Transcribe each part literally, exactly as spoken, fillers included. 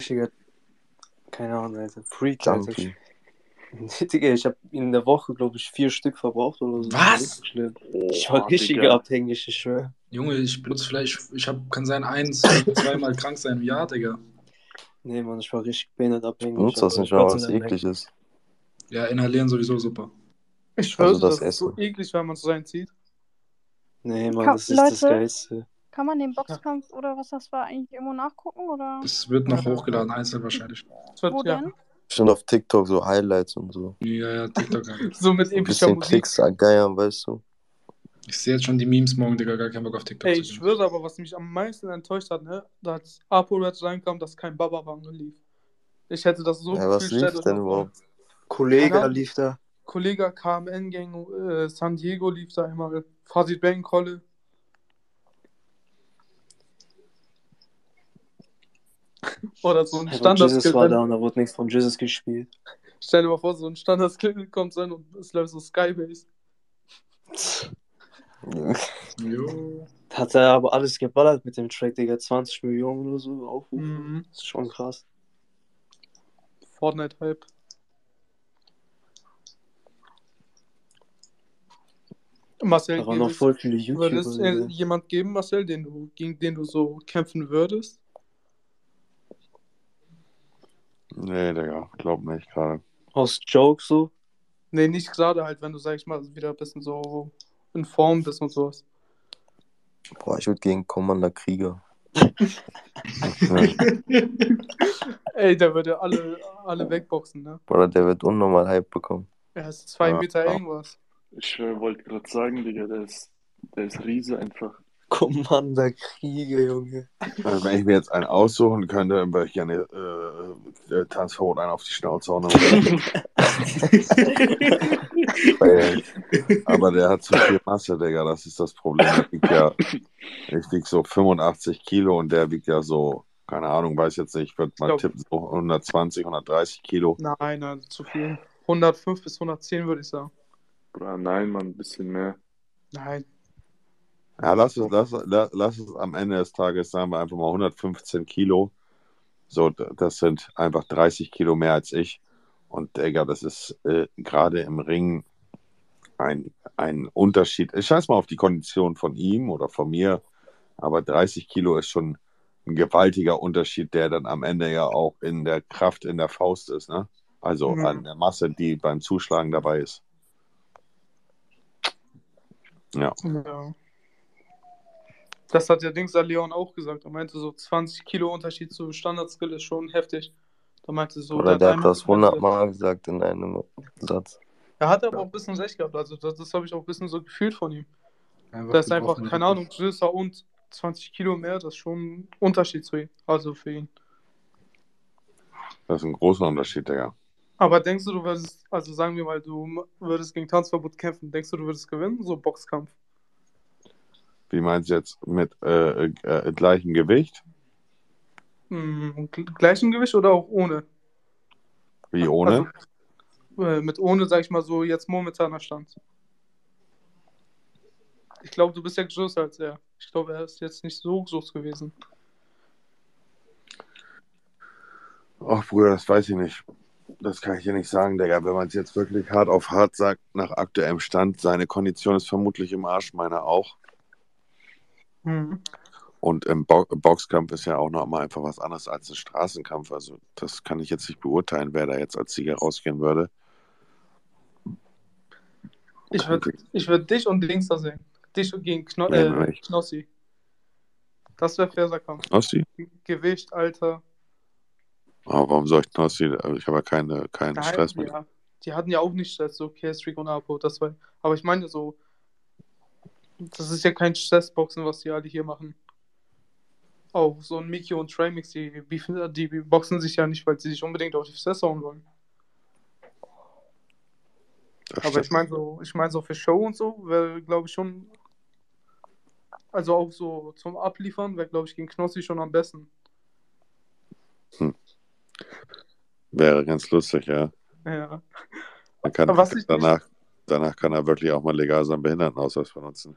richtiger, keine Ahnung, Alter, Freak, Alter. Junkie. Digga, ich habe in der Woche, glaube ich, vier Stück verbraucht oder so. Was? So schlimm. Ich war Oh, richtiger Digga. abhängig, ich schwör. Junge, ich benutze vielleicht, ich hab, kann sein, eins oder zweimal krank sein im Jahr, Digga. Nee, Mann, ich war richtig behindert abhängig. Benutzt das aber nicht mal, Gott sei was Dank weg. eklig ist. Ja, inhalieren sowieso super. Ich schwöre, Also das, das ist so Essen. eklig, wenn man es reinzieht. Nee, Mann, Ka- das ist das Leute? Geilste. Kann man den Boxkampf oder was das war eigentlich irgendwo nachgucken? Oder? Das wird noch Ja. hochgeladen, einzeln wahrscheinlich. Das wird, Wo ja, denn? Bestimmt auf TikTok so Highlights und so. Ja, ja, TikTok. so mit So ein epischer bisschen Musik. Klicks ergeiern, weißt du. Ich sehe jetzt schon die Memes morgen, Digga, gar keinen Bock auf TikTok Ey, zu ich gehen. schwöre aber, was mich am meisten enttäuscht hat, ne, da als Apo-Rats reinkam, dass kein Baba-Rang lief. Ich hätte das so Ja, was gefühlt, stellt lief euch denn mal vor. überhaupt? Kollege Keine Ahnung. lief da. Kollege K M N-Gang, äh, San Diego lief da einmal, Fazit Bang Kolle. Oder so ein Aber Jesus Standard-Skill. war da wenn- und da wurde nichts von Jesus gespielt. Stell dir mal vor, so ein Standard-Skill kommt rein und es läuft so Skybase. Jo. Hat er aber alles geballert mit dem Track, Digga. zwanzig Millionen oder so Aufrufen. Mhm. Das ist schon krass. Fortnite-Hype. Marcel, Da waren gibt noch es- voll viele würde YouTuber. es äh, Digga. jemand geben, Marcel, den du, gegen den du so kämpfen würdest? Nee, Digga, glaub nicht gerade. Aus Jokes so. Nee, nicht gerade halt, wenn du, sag ich mal, wieder ein bisschen so in Form bist und sowas. Boah, ich würde gegen Commander Krieger. Ey, der würde alle, alle wegboxen, ne? Oder der wird unnormal Hype bekommen. Er ist zwei Ja, Meter ja. irgendwas. Ich äh, wollte gerade sagen, Digga, der ist, der ist Riese einfach. Commander Krieger, Junge. Also wenn ich mir jetzt einen aussuchen könnte, dann würde ich gerne äh, äh, Tanzverbot einen auf die Schnauze hauen. Weil- Aber der hat zu viel Masse, Digga, das ist das Problem. Der wiegt ja, ich wieg so fünfundachtzig Kilo und der wiegt ja so, keine Ahnung, weiß jetzt nicht, ich würde mal glaub- tippen, so hundertzwanzig, hundertdreißig Kilo. Nein, nein, zu viel. hundertfünf bis hundertzehn würde ich sagen. Bra, nein, Mann, ein bisschen mehr. Nein. Ja, lass es, lass, lass, lass es am Ende des Tages, sagen wir einfach mal hundertfünfzehn Kilo. So, d- das sind einfach dreißig Kilo mehr als ich. Und Digga, das ist äh, gerade im Ring ein, ein Unterschied. Ich scheiß mal auf die Kondition von ihm oder von mir, aber dreißig Kilo ist schon ein gewaltiger Unterschied, der dann am Ende ja auch in der Kraft in der Faust ist, ne? Also Mhm. an der Masse, die beim Zuschlagen dabei ist. Ja. Ja. Das hat ja Dings Leon auch gesagt. Er meinte so zwanzig Kilo Unterschied zu Standard-Skill ist schon heftig. Da meinte so, Oder der hat einmal- das hundertmal gesagt in einem Satz. Er hat aber auch ein bisschen recht gehabt. Also das, das habe ich auch ein bisschen so gefühlt von ihm. Einfach Das ist gebraucht einfach, man keine nicht. Ahnung, größer und zwanzig Kilo mehr. Das ist schon ein Unterschied zu ihm. Also für ihn. Das ist ein großer Unterschied, Digga. Aber denkst du, du würdest, also sagen wir mal, du würdest gegen Tanzverbot kämpfen. Denkst du, du würdest gewinnen? So Boxkampf. Wie meinst du jetzt mit äh, äh, gleichem Gewicht? Hm, gl- gleichem Gewicht oder auch ohne? Wie ohne? Also, äh, mit ohne, sag ich mal so, jetzt momentaner Stand. Ich glaube, du bist ja größer als er. Ich glaube, er ist jetzt nicht so groß gewesen. Ach, Bruder, das weiß ich nicht. Das kann ich dir nicht sagen, Digga. Wenn man es jetzt wirklich hart auf hart sagt, nach aktuellem Stand, seine Kondition ist vermutlich im Arsch, meiner auch. Mhm. Und im Bo Boxkampf ist ja auch noch mal einfach was anderes als ein Straßenkampf. Also das kann ich jetzt nicht beurteilen, wer da jetzt als Sieger rausgehen würde. Ich würde ich würd dich und Dings da sehen. Dich gegen Kno Nee, äh, nicht. Knossi. Das wäre fairer Kampf. Knossi? Gewicht, Alter. Aber warum soll ich Knossi? Also ich habe ja keine, keinen Nein, Stress mit. ja. Die hatten ja auch nicht Stress, so K-Streak und Apo. Das war, aber ich meine so, das ist ja kein Stressboxen, was die alle hier machen. Auch so ein Miki und Traymix, die, beefen- die boxen sich ja nicht, weil sie sich unbedingt auf die Fresse hauen wollen. Das Aber stimmt. ich meine so, ich meine so für Show und so, wäre glaube ich schon, also auch so zum Abliefern, wäre glaube ich gegen Knossi schon am besten. Wäre ganz lustig, ja. Ja. Dann kann, Aber was ich danach, danach kann er wirklich auch mal legal seinen Behindertenausweis benutzen.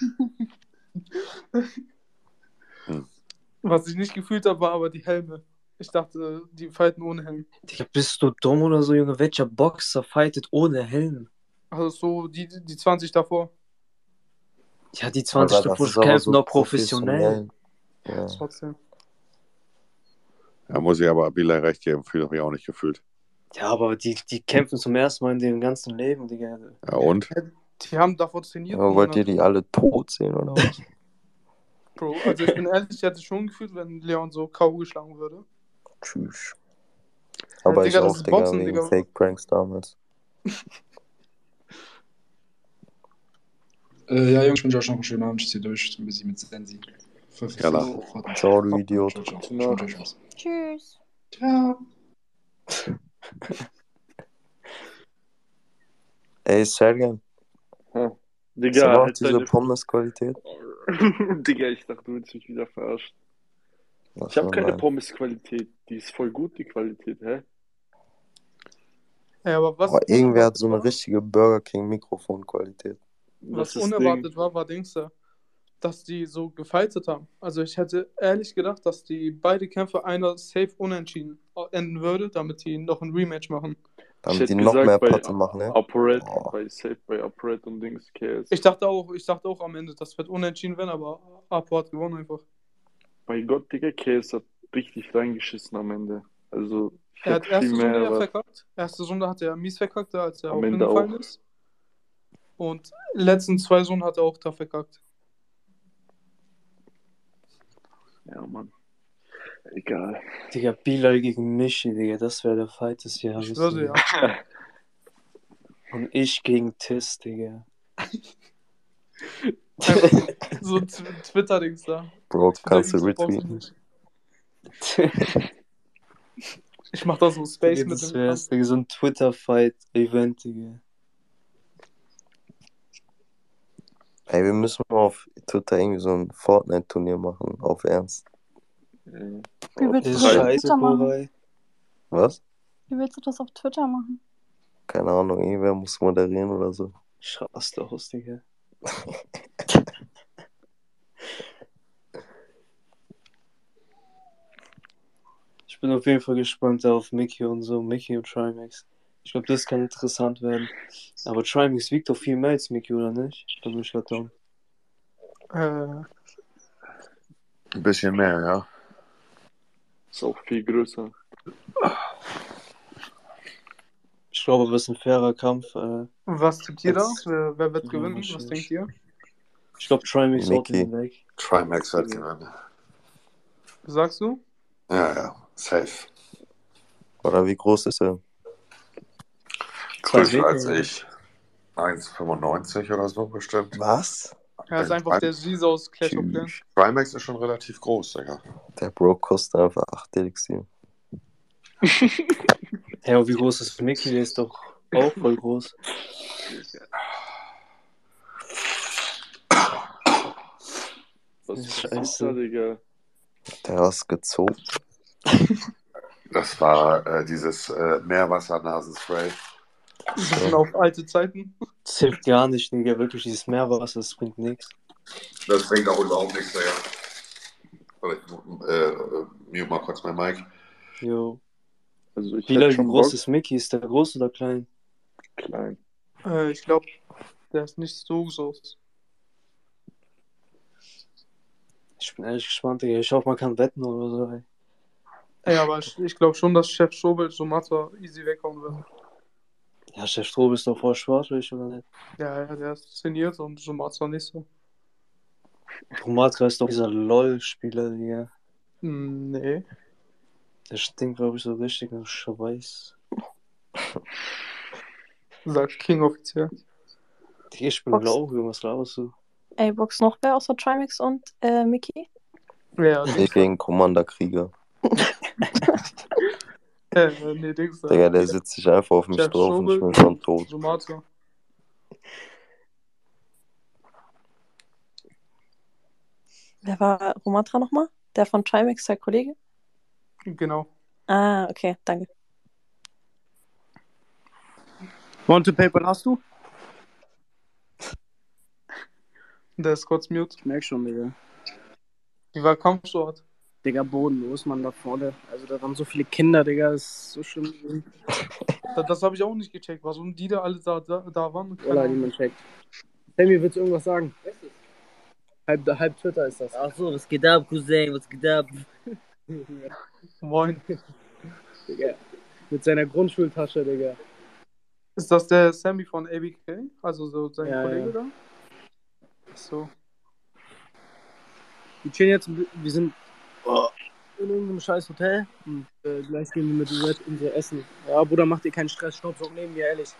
Was ich nicht gefühlt habe, war aber die Helme. Ich dachte, die fighten ohne Helm. Digga, bist du dumm oder so, Junge? Welcher Boxer fightet ohne Helm? Also so die, die zwanzig davor. Ja, die zwanzig Alter, das davor ist aber kämpfen so doch professionell. Ja. Trotzdem. Da muss ich aber Bilal recht geben, fühle ich mich auch nicht gefühlt. Ja, aber die, die kämpfen zum ersten Mal in ihrem ganzen Leben, Digga. Ja, und? Die haben davor trainiert. Aber wollt ihr Monate. die alle tot sehen oder was? Bro, also ich bin ehrlich, ich hätte schon gefühlt, wenn Leon so K O geschlagen würde. Tschüss. Aber Digga, ich das auch, ist Digga, Boxen, wegen Digga. Fake-Pranks damals. Äh, ja, Jungs, ich wünsche euch noch einen schönen Abend. Ich ziehe durch, ein bisschen mit Sensi. Jalla. Ciao, du Idiot. Ciao, ciao. Gute Nacht. Ciao, ciao, ciao. Tschüss. Ciao. Ey, Sergen, Ha. ist Digga, aber auch halt diese deine... Pommes-Qualität? Digga, ich dachte, du willst mich wieder verarschen. Was Ich habe für keine nein. Pommes-Qualität. Die ist voll gut, die Qualität, hä? Ja, aber was Aber irgendwer hat so eine unerwartet war, richtige Burger King-Mikrofon-Qualität. was Was ist unerwartet Ding? war, war Dings da, dass die so gefightet haben. Also ich hätte ehrlich gedacht, dass die beide Kämpfe einer safe unentschieden enden würde, damit die noch ein Rematch machen. Ich Damit hätte die noch gesagt, mehr bei Patte machen, ne? Operate, Boah. bei Safe, bei Operate und Dings, K S. Ich dachte auch, ich dachte auch am Ende, das wird unentschieden werden, aber Apo hat gewonnen einfach. Bei Gott, Digga, K S hat richtig reingeschissen am Ende. Also, ich Er hat hätte viel erste Runde mehr ja erwartet. verkackt. Erste Runde hat er mies verkackt, als er Am auch Ende hingefallen auch. ist. Und letzten zwei Runden hat er auch da verkackt. Ja, Mann. Egal. Digga, Bilal gegen Michi, Digga, das wäre der Fight des Jahres. Ich schwöre, Digga. ja. Und ich gegen Tiss, Digga. Einfach so, so ein Tw- Twitter-Dings da. Bro, kannst du Twitter-Dings retweeten? rausnehmen. Ich mach da so Space Digga, mit das dem wäre Kampf. so ein Twitter-Fight-Event, Digga. Ey, wir müssen mal auf Twitter irgendwie so ein Fortnite-Turnier machen, auf Ernst. Ja. Wie willst du Ist das auf scheiße, Twitter machen? Koray. Was? Wie willst du das auf Twitter machen? Keine Ahnung, irgendwer muss moderieren oder so. Ich raste aus, Digga. Ich bin auf jeden Fall gespannt auf Mickey und so, Mickey und Trimax. Ich glaube, das kann interessant werden. Aber Trimax wiegt doch viel mehr als Mickey, oder nicht? Da bin ich gerade dumm. Äh, Ein bisschen mehr, ja. Ist auch viel größer. Ich glaube, das ist ein fairer Kampf. Äh, was tippt ihr da? Als- Wer, wer wird Ja, gewinnen? wahrscheinlich. Was denkt ihr? ich glaube, Trimax haut Mickey. ihn weg. Trimax wird gewinnen. Was sagst du? Ja, ja, safe. Oder wie groß ist er? Größer Meter, als oder? ich. eins Komma fünfundneunzig oder so bestimmt. Was? Er ist einfach der Giese aus Clash of Clans. Tschüss. Trimax ist schon relativ groß, Digga. Der Bro kostet einfach acht Elixier. Hey, und wie groß ist Mickey? Der ist doch auch voll groß. Was ist Scheiße. das da, Digga? Der hast gezogen. Das war äh, dieses äh, Meerwassernasenspray. Ein bisschen auf alte Zeiten. Das hilft gar nicht, Digga. Wirklich, dieses Meerwasser, das bringt nichts. Das bringt auch überhaupt nichts, Digga. Aber ich, äh, äh, mute mal kurz mein Mic. Jo. Also, ich Bilal, hätte wie schon groß Bock. ist Mickey? Ist der groß oder klein? Klein. Äh, ich glaube, der ist nicht so groß. Ich bin ehrlich gespannt, Digga. Ich hoffe, man kann wetten oder so, ey. Ey, aber ich, ich glaube schon, dass Chef Schobel Sumatra easy weghauen wird. Ja, Chef Strobe ist doch voll sportlich, oder nicht? Ja, ja, der ist trainiert und Sumatra nicht so. Romatra ist doch dieser LOL-Spieler, Digga. Hm, nee. Der stinkt, glaube ich, so richtig nach Schweiß. Sagt King offiziell. Digga, ich bin Box. blau, irgendwas laberst du? Ey, Box noch wer außer Trimax und äh, Mickey? Ja, Ich Dings. gegen Commander Krieger. Äh, nee, Dings. da. Digga, der sitzt sich einfach auf mich Chef drauf und ich Schobel bin schon tot. Sumatra. Wer war Romatra nochmal? Der von Trimax, der Kollege? Genau. Ah, okay, danke. Wanted Paper hast du? Der ist kurz mute. Ich merk schon, Digga. Wie war Kampfsport? Digga, bodenlos, man, da vorne. Also da waren so viele Kinder, Digga, das ist so schlimm gewesen. Das, das habe ich auch nicht gecheckt, warum die da alle da, da, da waren. Keine Oder Ahnung. niemand checkt. Sammy, willst du irgendwas sagen? Halb, halb Twitter ist das. Ach so, was geht ab, Cousin, was geht ab? Moin. Digga. Mit seiner Grundschultasche, Digga. Ist das der Sammy von A B K? Also so sein Ja, Kollege ja. da? Ach so. Wir chillen jetzt, wir sind oh, in irgendeinem scheiß Hotel und äh, gleich gehen wir mit Red unser Essen. Ja, Bruder, mach dir keinen Stress, Staubsaugen neben mir, ehrlich.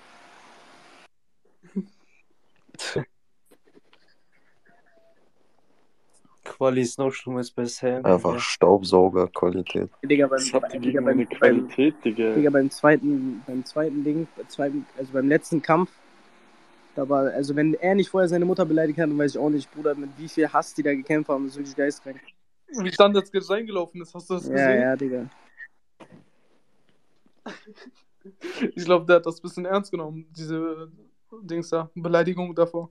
Quali ist noch schlimmer als bei Sam. Einfach Ja. Staubsaugerqualität. Digga, beim, Was habt ihr Digga, gegen beim, meine beim, Qualität, Digga? Digga, beim zweiten, beim zweiten Ding, beim zweiten, also beim letzten Kampf, da war, also wenn er nicht vorher seine Mutter beleidigt hat, dann weiß ich auch nicht, Bruder, mit wie viel Hass die da gekämpft haben, das ist wirklich geistkrank. Wie Standards reingelaufen ist, hast du das Ja, gesehen? ja, Digga. Ich glaube, der hat das ein bisschen ernst genommen, diese Dings da, Beleidigung davor.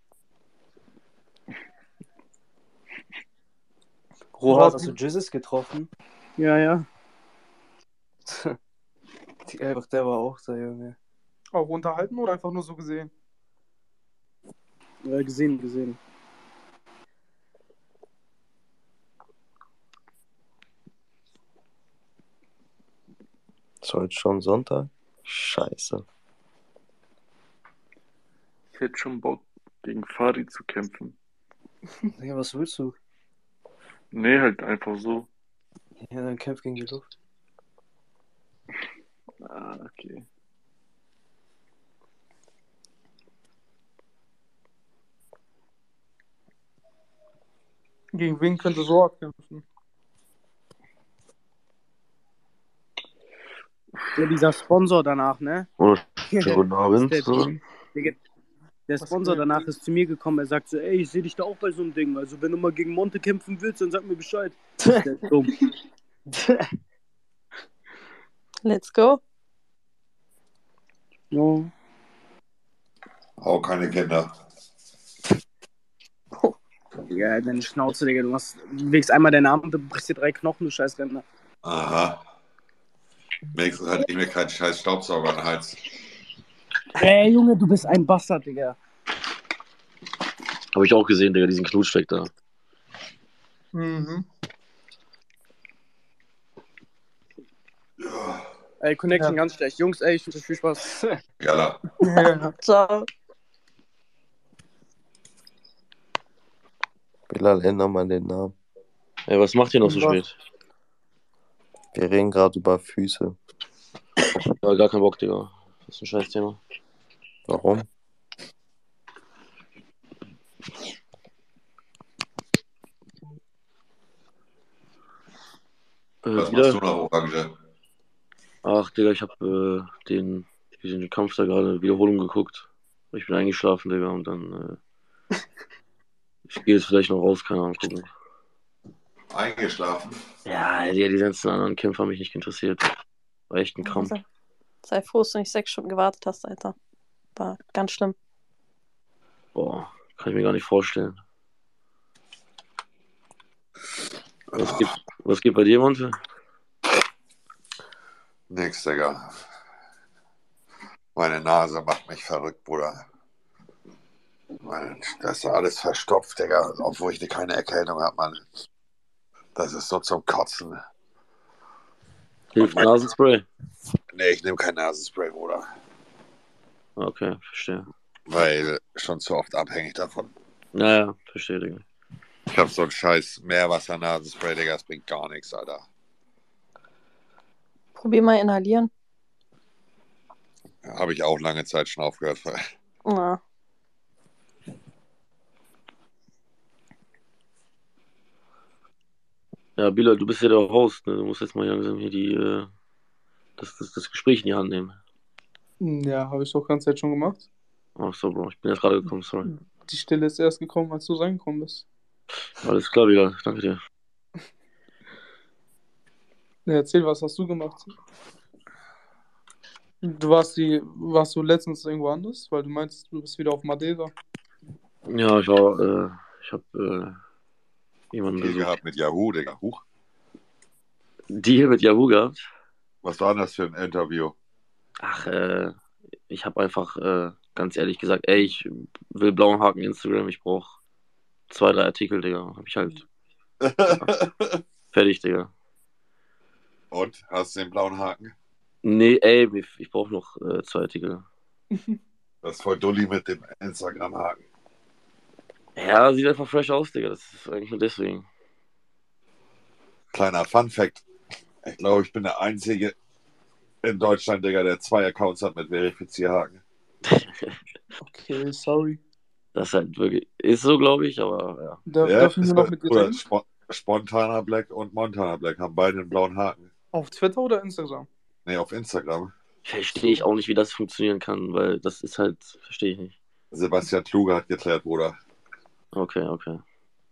Rohat, hast du Jesus getroffen? Ja, ja. Die, einfach, der war auch da, Junge. Auch unterhalten oder einfach nur so gesehen? Ja, gesehen, gesehen. Ist heute schon Sonntag? Scheiße. Ich hätte schon Bock, gegen Fari zu kämpfen. Ja, was willst du? Nee, halt einfach so. Ja, dann kämpf gegen die Luft. Ah, okay. Gegen wen könnte so kämpfen? Ja, dieser Sponsor danach, ne? Oder guten Abend. Der, So. Digga, der Was Sponsor geht? danach ist zu mir gekommen, er sagt so, ey, ich sehe dich da auch bei so einem Ding, also wenn du mal gegen Monte kämpfen willst, dann sag mir Bescheid. Der ist dumm. Let's go. Ja. Auch keine Kinder. Ja, deine Schnauze, Digga, du, machst, du wägst einmal deinen Arm und du brichst dir drei Knochen, du scheiß Rentner. Aha. Wenigstens hatte ich mir keinen scheiß Staubsauger an den Hals. Ey, Junge, du bist ein Bastard, Digga. Habe ich auch gesehen, Digga, diesen Knutschfleck da. Mhm. Ey, Connection Ja. ganz schlecht. Jungs, ey, ich wünsche euch viel Spaß. Jalla. Ja. Ciao. Bilal, änder mal den Namen. Ey, was macht ihr noch so Was? spät? Wir reden gerade über Füße. Ja, gar kein Bock, Digga. Das ist ein scheiß Thema. Warum? Äh, Was wieder? machst du noch, Orange? Ach, Digga, ich hab äh, den, diesen Kampf da gerade Wiederholung geguckt. Ich bin eingeschlafen, Digga, und dann äh, ich gehe jetzt vielleicht noch raus, keine Ahnung, gucken. Eingeschlafen? Ja, Digga, die ganzen anderen Kämpfe haben mich nicht interessiert. War echt ein Krampf. Also, sei froh, dass du nicht sechs Stunden gewartet hast, Alter. War ganz schlimm. Boah, kann ich mir gar nicht vorstellen. Was geht, was geht bei dir, Monte? Nix, Digga. Meine Nase macht mich verrückt, Bruder. Meine, das ist alles verstopft, Digga. Obwohl ich keine Erkältung habe, Mann. Das ist so zum Kotzen. Hilft Nasenspray? Nee, ich nehme kein Nasenspray, Bruder. Okay, verstehe. Weil schon zu oft abhängig davon. Naja, verstehe, Digga. Ich hab so ein scheiß Meerwasser-Nasenspray, Digga. Das bringt gar nichts, Alter. Probier mal inhalieren. Habe ich auch lange Zeit schon aufgehört. Ja. Ja, Bilal, du bist ja der Host, ne? Du musst jetzt mal langsam hier die, äh, das, das, das Gespräch in die Hand nehmen. Ja, habe ich doch ganze Zeit schon gemacht. Ach so, Bro, ich bin jetzt gerade gekommen, sorry. Die Stille ist erst gekommen, als du reingekommen bist. Alles klar, Bilal, danke dir. Ja, erzähl, was hast du gemacht? Du warst die, warst du letztens irgendwo anders? Weil du meinst, du bist wieder auf Madeira. Ja, ich war, äh, ich hab, äh, jemanden Viel besucht. gehabt mit Yahoo, Digga. Huch. Deal mit Yahoo gehabt. Was war denn das für ein Interview? Ach, äh, ich habe einfach äh, ganz ehrlich gesagt, ey, ich will blauen Haken Instagram, ich brauche zwei, drei Artikel, Digga. Hab ich halt fertig, Digga. Und, hast du den blauen Haken? Nee, ey, ich brauche noch äh, zwei Artikel. Das ist voll Dulli mit dem Instagram-Haken. Ja, sieht einfach fresh aus, Digga. Das ist eigentlich nur deswegen. Kleiner Fun-Fact. Ich glaube, ich bin der Einzige in Deutschland, Digga, der zwei Accounts hat mit Verifizierhaken. Okay, sorry. Das ist halt wirklich, ist so, glaube ich, aber ja. Darf, Ja, darf ich ist nur noch mit dir oder reden? Spo Spontaner Black und Montana Black haben beide einen blauen Haken. Auf Twitter oder Instagram? Nee, auf Instagram. Verstehe ich auch nicht, wie das funktionieren kann, weil das ist halt, verstehe ich nicht. Sebastian Kluge hat geklärt, Bruder. Okay, okay.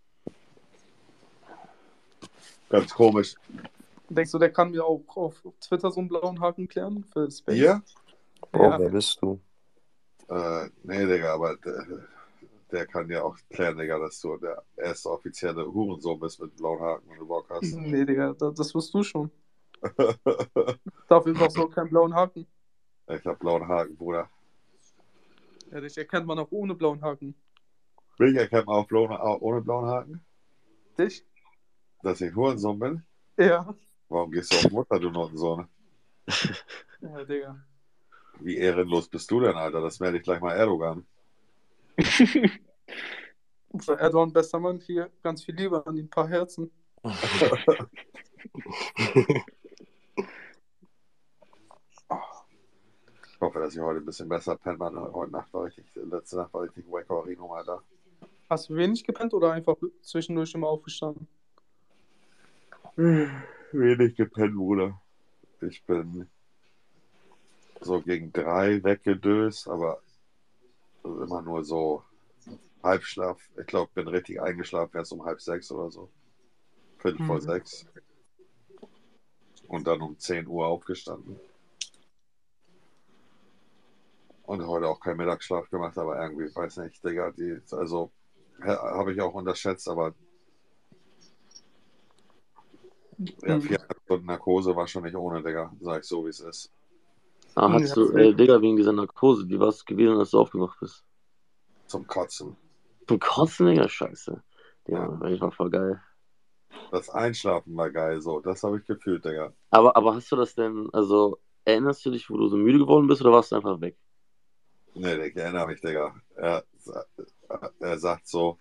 Ganz komisch. Denkst du, der kann mir auch auf Twitter so einen blauen Haken klären? Für Space? Hier? Bro, Ja. wer bist du? Äh, nee, Digga, aber der, der kann ja auch klären, Digga, dass du der erste offizielle Hurensohn bist mit blauen Haken, wenn du Bock hast. Nee, Digga, das, das wirst du schon. Dafür brauchst du auch keinen blauen Haken. Ich hab blauen Haken, Bruder. Ja, dich erkennt man auch ohne blauen Haken. Mich erkennt man auch blauen, auch ohne blauen Haken? Dich? Dass ich Hurensohn bin? Ja. Warum gehst du auf Mutter, du Nottensohn? Ja, Digga. Wie ehrenlos bist du denn, Alter? Das werde ich gleich mal Erdogan. Unser Erdogan, bester Mann, hier ganz viel Liebe an ihn, ein paar Herzen. Ich hoffe, dass ich heute ein bisschen besser penne. Heute Nacht war richtig, letzte Nacht war richtig Wackery-Nummer, Alter. Hast du wenig gepennt oder einfach zwischendurch immer aufgestanden? Wenig gepennt, Bruder. Ich bin so gegen drei weggedöst, aber immer nur so Halbschlaf. Ich glaube, bin richtig eingeschlafen, erst um halb sechs oder so. Viertel vor Mhm. sechs. Und dann um zehn Uhr aufgestanden. Und heute auch keinen Mittagsschlaf gemacht, aber irgendwie, weiß nicht, Digga, die, also habe ich auch unterschätzt, aber ja, Mhm. viereinhalb Stunden Narkose war schon nicht ohne, Digga, sag ich so, wie es ist. Ah, hast Ja, du, äh, Digga, wegen dieser Narkose, wie war es gewesen, als du aufgewacht bist? Zum Kotzen. Zum Kotzen, Digga, scheiße. Ja, Ja. das war voll geil. Das Einschlafen war geil, so, das habe ich gefühlt, Digga. Aber, aber hast du das denn, also, erinnerst du dich, wo du so müde geworden bist oder warst du einfach weg? Nee, ich erinnere mich, Digga. Er, er sagt so,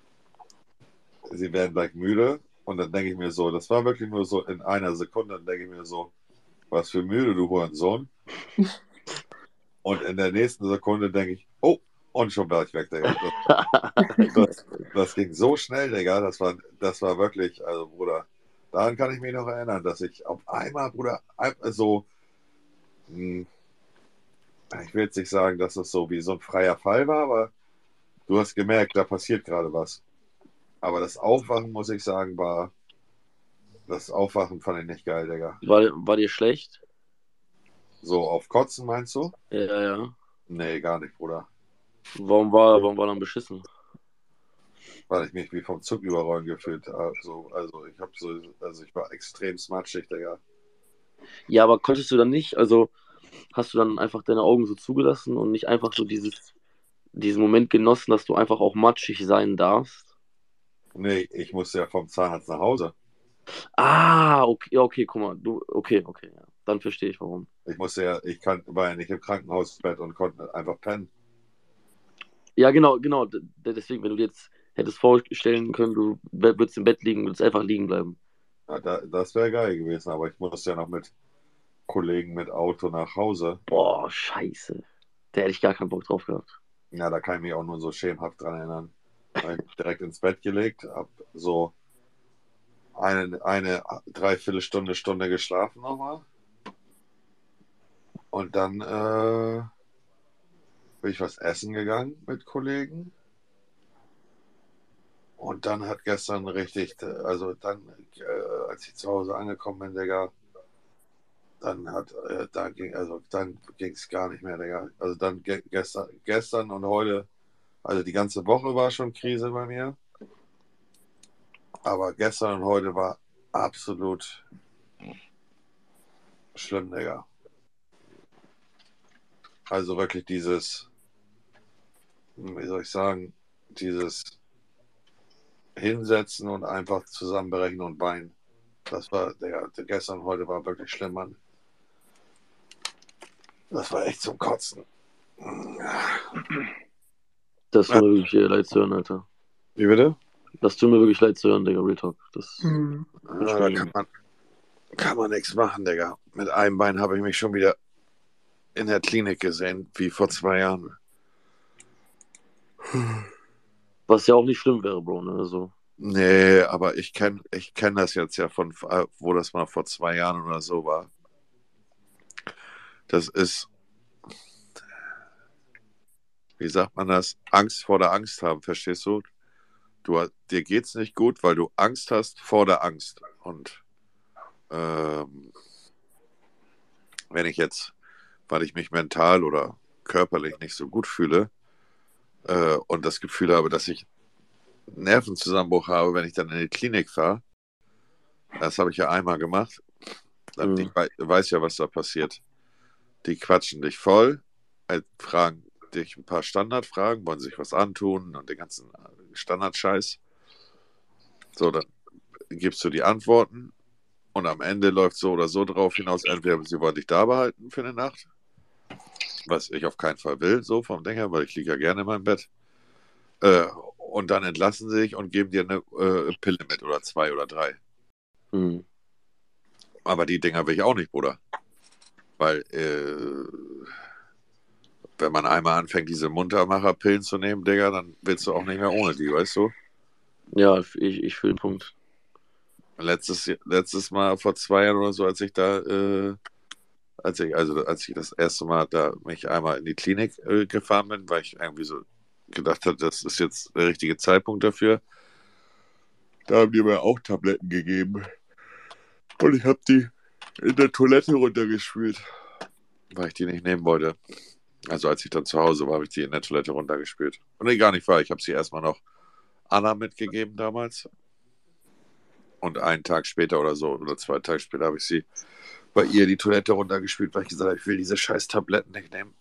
sie werden gleich müde. Und dann denke ich mir so, das war wirklich nur so in einer Sekunde, dann denke ich mir so, was für müde, du Hurensohn. Und in der nächsten Sekunde denke ich, oh, und schon war ich weg, Digga. Das, das, das ging so schnell, Digga. Das war, das war wirklich, also Bruder, daran kann ich mich noch erinnern, dass ich auf einmal, Bruder, so, hm, ich will jetzt nicht sagen, dass es so wie so ein freier Fall war, aber du hast gemerkt, da passiert gerade was. Aber das Aufwachen, muss ich sagen, war, das Aufwachen fand ich nicht geil, Digga. War, war dir schlecht? So auf Kotzen, meinst du? Ja, ja. Nee, gar nicht, Bruder. Warum war, warum war dann beschissen? Weil ich mich wie vom Zug überrollen gefühlt habe. Also, also ich habe so, also ich war extrem smatschig, Digga. Ja, aber konntest du dann nicht, also hast du dann einfach deine Augen so zugelassen und nicht einfach so dieses, diesen Moment genossen, dass du einfach auch matschig sein darfst? Nee, ich musste ja vom Zahnarzt nach Hause. Ah, okay, ja, okay, guck mal, du, okay, okay, ja. Dann verstehe ich warum. Ich musste ja, ich kann, war ja nicht im Krankenhausbett und konnte einfach pennen. Ja, genau, genau, d- deswegen, wenn du dir jetzt hättest vorstellen können, du w- würdest im Bett liegen, würdest einfach liegen bleiben. Ja, da, das wäre geil gewesen, aber ich musste ja noch mit Kollegen mit Auto nach Hause. Boah, scheiße. Da hätte ich gar keinen Bock drauf gehabt. Ja, da kann ich mich auch nur so schemenhaft dran erinnern. Da hab ich mich direkt ins Bett gelegt, hab so eine, eine Dreiviertelstunde, Stunde geschlafen nochmal. Und dann äh, bin ich was essen gegangen mit Kollegen. Und dann hat gestern richtig, also dann, äh, als ich zu Hause angekommen bin, Digga, dann hat, äh, da ging, also dann ging es gar nicht mehr, Digga. Also dann ge gestern, gestern und heute, also die ganze Woche war schon Krise bei mir. Aber gestern und heute war absolut Schlimm, Digga. Also wirklich dieses, wie soll ich sagen, dieses Hinsetzen und einfach zusammenbrechen und weinen. Das war, Digga, gestern und heute war wirklich schlimm, Mann. Das war echt zum Kotzen. Das tut mir wirklich äh, leid zu hören, Alter. Wie bitte? Das tut mir wirklich leid zu hören, Digga, Real Talk. Das Mhm. Ja, da kann man, kann man nichts machen, Digga. Mit einem Bein habe ich mich schon wieder in der Klinik gesehen, wie vor zwei Jahren. Was ja auch nicht schlimm wäre, Bro, ne? Also, Nee, aber ich kenne ich kenn das jetzt ja von, wo das mal vor zwei Jahren oder so war. Das ist, wie sagt man das? Angst vor der Angst haben, verstehst du? Du, dir geht's nicht gut, weil du Angst hast vor der Angst. Und ähm, wenn ich jetzt, weil ich mich mental oder körperlich nicht so gut fühle äh, und das Gefühl habe, dass ich Nervenzusammenbruch habe, wenn ich dann in die Klinik fahre, das habe ich ja einmal gemacht, dann Mhm. ich wei- weiß ja, was da passiert. Die quatschen dich voll, äh, fragen dich ein paar Standardfragen, wollen sich was antun und den ganzen Standardscheiß. So, dann gibst du die Antworten und am Ende läuft so oder so drauf hinaus, entweder sie wollen dich da behalten für eine Nacht, was ich auf keinen Fall will, so vom Ding her, weil ich liege ja gerne in meinem Bett. Äh, und dann entlassen sie sich und geben dir eine äh, Pille mit oder zwei oder drei. mhm. Aber die Dinger will ich auch nicht, Bruder. Weil, äh, wenn man einmal anfängt, diese Muntermacher-Pillen zu nehmen, Digga, dann willst du auch nicht mehr ohne die, weißt du? Ja, ich, ich fühle den Punkt. Letztes, letztes Mal vor zwei Jahren oder so, als ich da, äh, als ich, also als ich das erste Mal da mich einmal in die Klinik äh, gefahren bin, weil ich irgendwie so gedacht habe, das ist jetzt der richtige Zeitpunkt dafür. Da haben die mir auch Tabletten gegeben. Und ich habe die in der Toilette runtergespült, weil ich die nicht nehmen wollte. Also als ich dann zu Hause war, habe ich die in der Toilette runtergespült. Und nee, gar nicht wahr. Ich habe sie erstmal noch Anna mitgegeben damals. Und einen Tag später oder so, oder zwei Tage später, habe ich sie bei ihr die Toilette runtergespült, weil ich gesagt habe, ich will diese scheiß Tabletten nicht nehmen.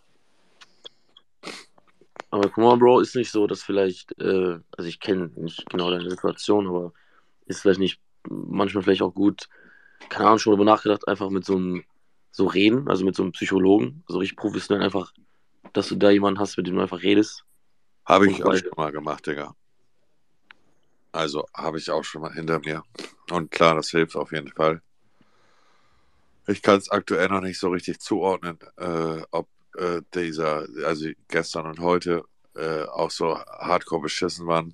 Aber guck mal, Bro, ist nicht so, dass vielleicht, äh, also ich kenne nicht genau deine Situation, aber ist vielleicht nicht manchmal vielleicht auch gut, keine Ahnung, schon darüber nachgedacht, einfach mit so einem, so reden, also mit so einem Psychologen, so richtig professionell einfach, dass du da jemanden hast, mit dem du einfach redest. Habe Und ich auch weil, schon mal gemacht, Digga. Also habe ich auch schon mal hinter mir. Und klar, das hilft auf jeden Fall. Ich kann es aktuell noch nicht so richtig zuordnen, äh, ob äh, dieser, also gestern und heute äh, auch so hardcore beschissen waren.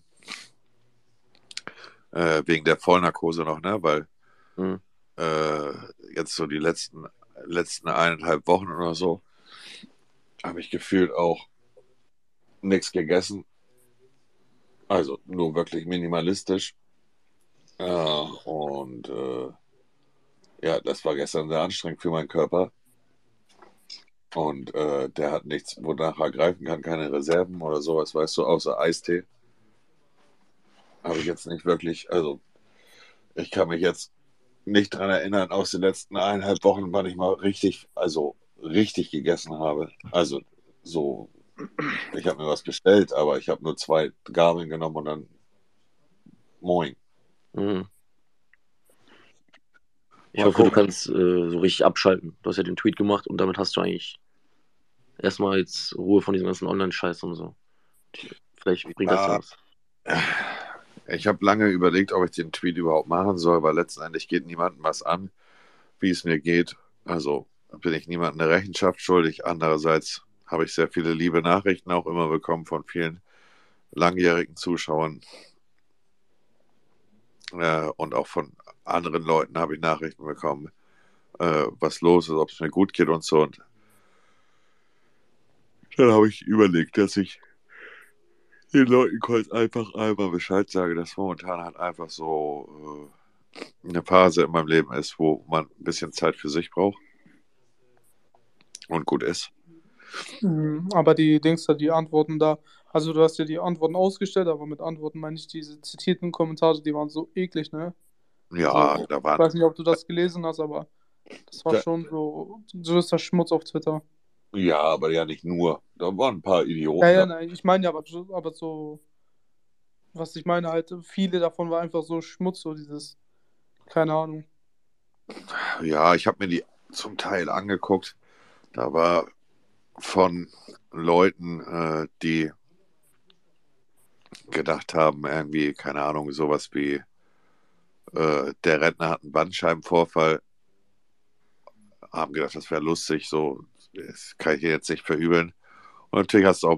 Äh, wegen der Vollnarkose noch, ne? Weil Mhm. äh, jetzt so die letzten, letzten eineinhalb Wochen oder so habe ich gefühlt auch nichts gegessen. Also nur wirklich minimalistisch. Äh, und äh, ja, das war gestern sehr anstrengend für meinen Körper. Und äh, der hat nichts, wonach er greifen kann, keine Reserven oder sowas, weißt du, außer Eistee. Habe ich jetzt nicht wirklich, also ich kann mich jetzt nicht dran erinnern, aus den letzten eineinhalb Wochen, wann ich mal richtig, also richtig gegessen habe. Also so, ich habe mir was bestellt, aber ich habe nur zwei Gabeln genommen und dann moin. Mhm. Ich Mal hoffe, du gucken. kannst äh, so richtig abschalten. Du hast ja den Tweet gemacht und damit hast du eigentlich erstmal jetzt Ruhe von diesem ganzen Online-Scheiß und so. Vielleicht bringt das ja Ah, was. ich habe lange überlegt, ob ich den Tweet überhaupt machen soll, weil letztendlich geht niemandem was an, wie es mir geht. Also bin ich niemandem eine Rechenschaft schuldig. Andererseits habe ich sehr viele liebe Nachrichten auch immer bekommen von vielen langjährigen Zuschauern. Äh, und auch von anderen Leuten habe ich Nachrichten bekommen, äh, was los ist, ob es mir gut geht und so. Und dann habe ich überlegt, dass ich den Leuten kurz einfach einmal Bescheid sage, dass momentan halt einfach so äh, eine Phase in meinem Leben ist, wo man ein bisschen Zeit für sich braucht und gut ist. Mhm. Aber die Dings da, die Antworten da, also du hast ja die Antworten ausgestellt, aber mit Antworten meine ich diese zitierten Kommentare, die waren so eklig, ne? Ja, So, da ich waren. weiß nicht, ob du das gelesen hast, aber das war Da, schon so, so ist das Schmutz auf Twitter. ja, aber ja nicht nur. Da waren ein paar Ja, Idioten ja, da. nein, ich meine ja, aber, so- aber so, was ich meine halt, viele davon war einfach so Schmutz, so dieses, keine Ahnung. Ja, ich habe mir die zum Teil angeguckt. Da war von Leuten, äh, die gedacht haben, irgendwie, keine Ahnung, sowas wie äh, der Rentner hat einen Bandscheibenvorfall, haben gedacht, das wäre lustig, so, das kann ich dir jetzt nicht verübeln. Und natürlich hast du auch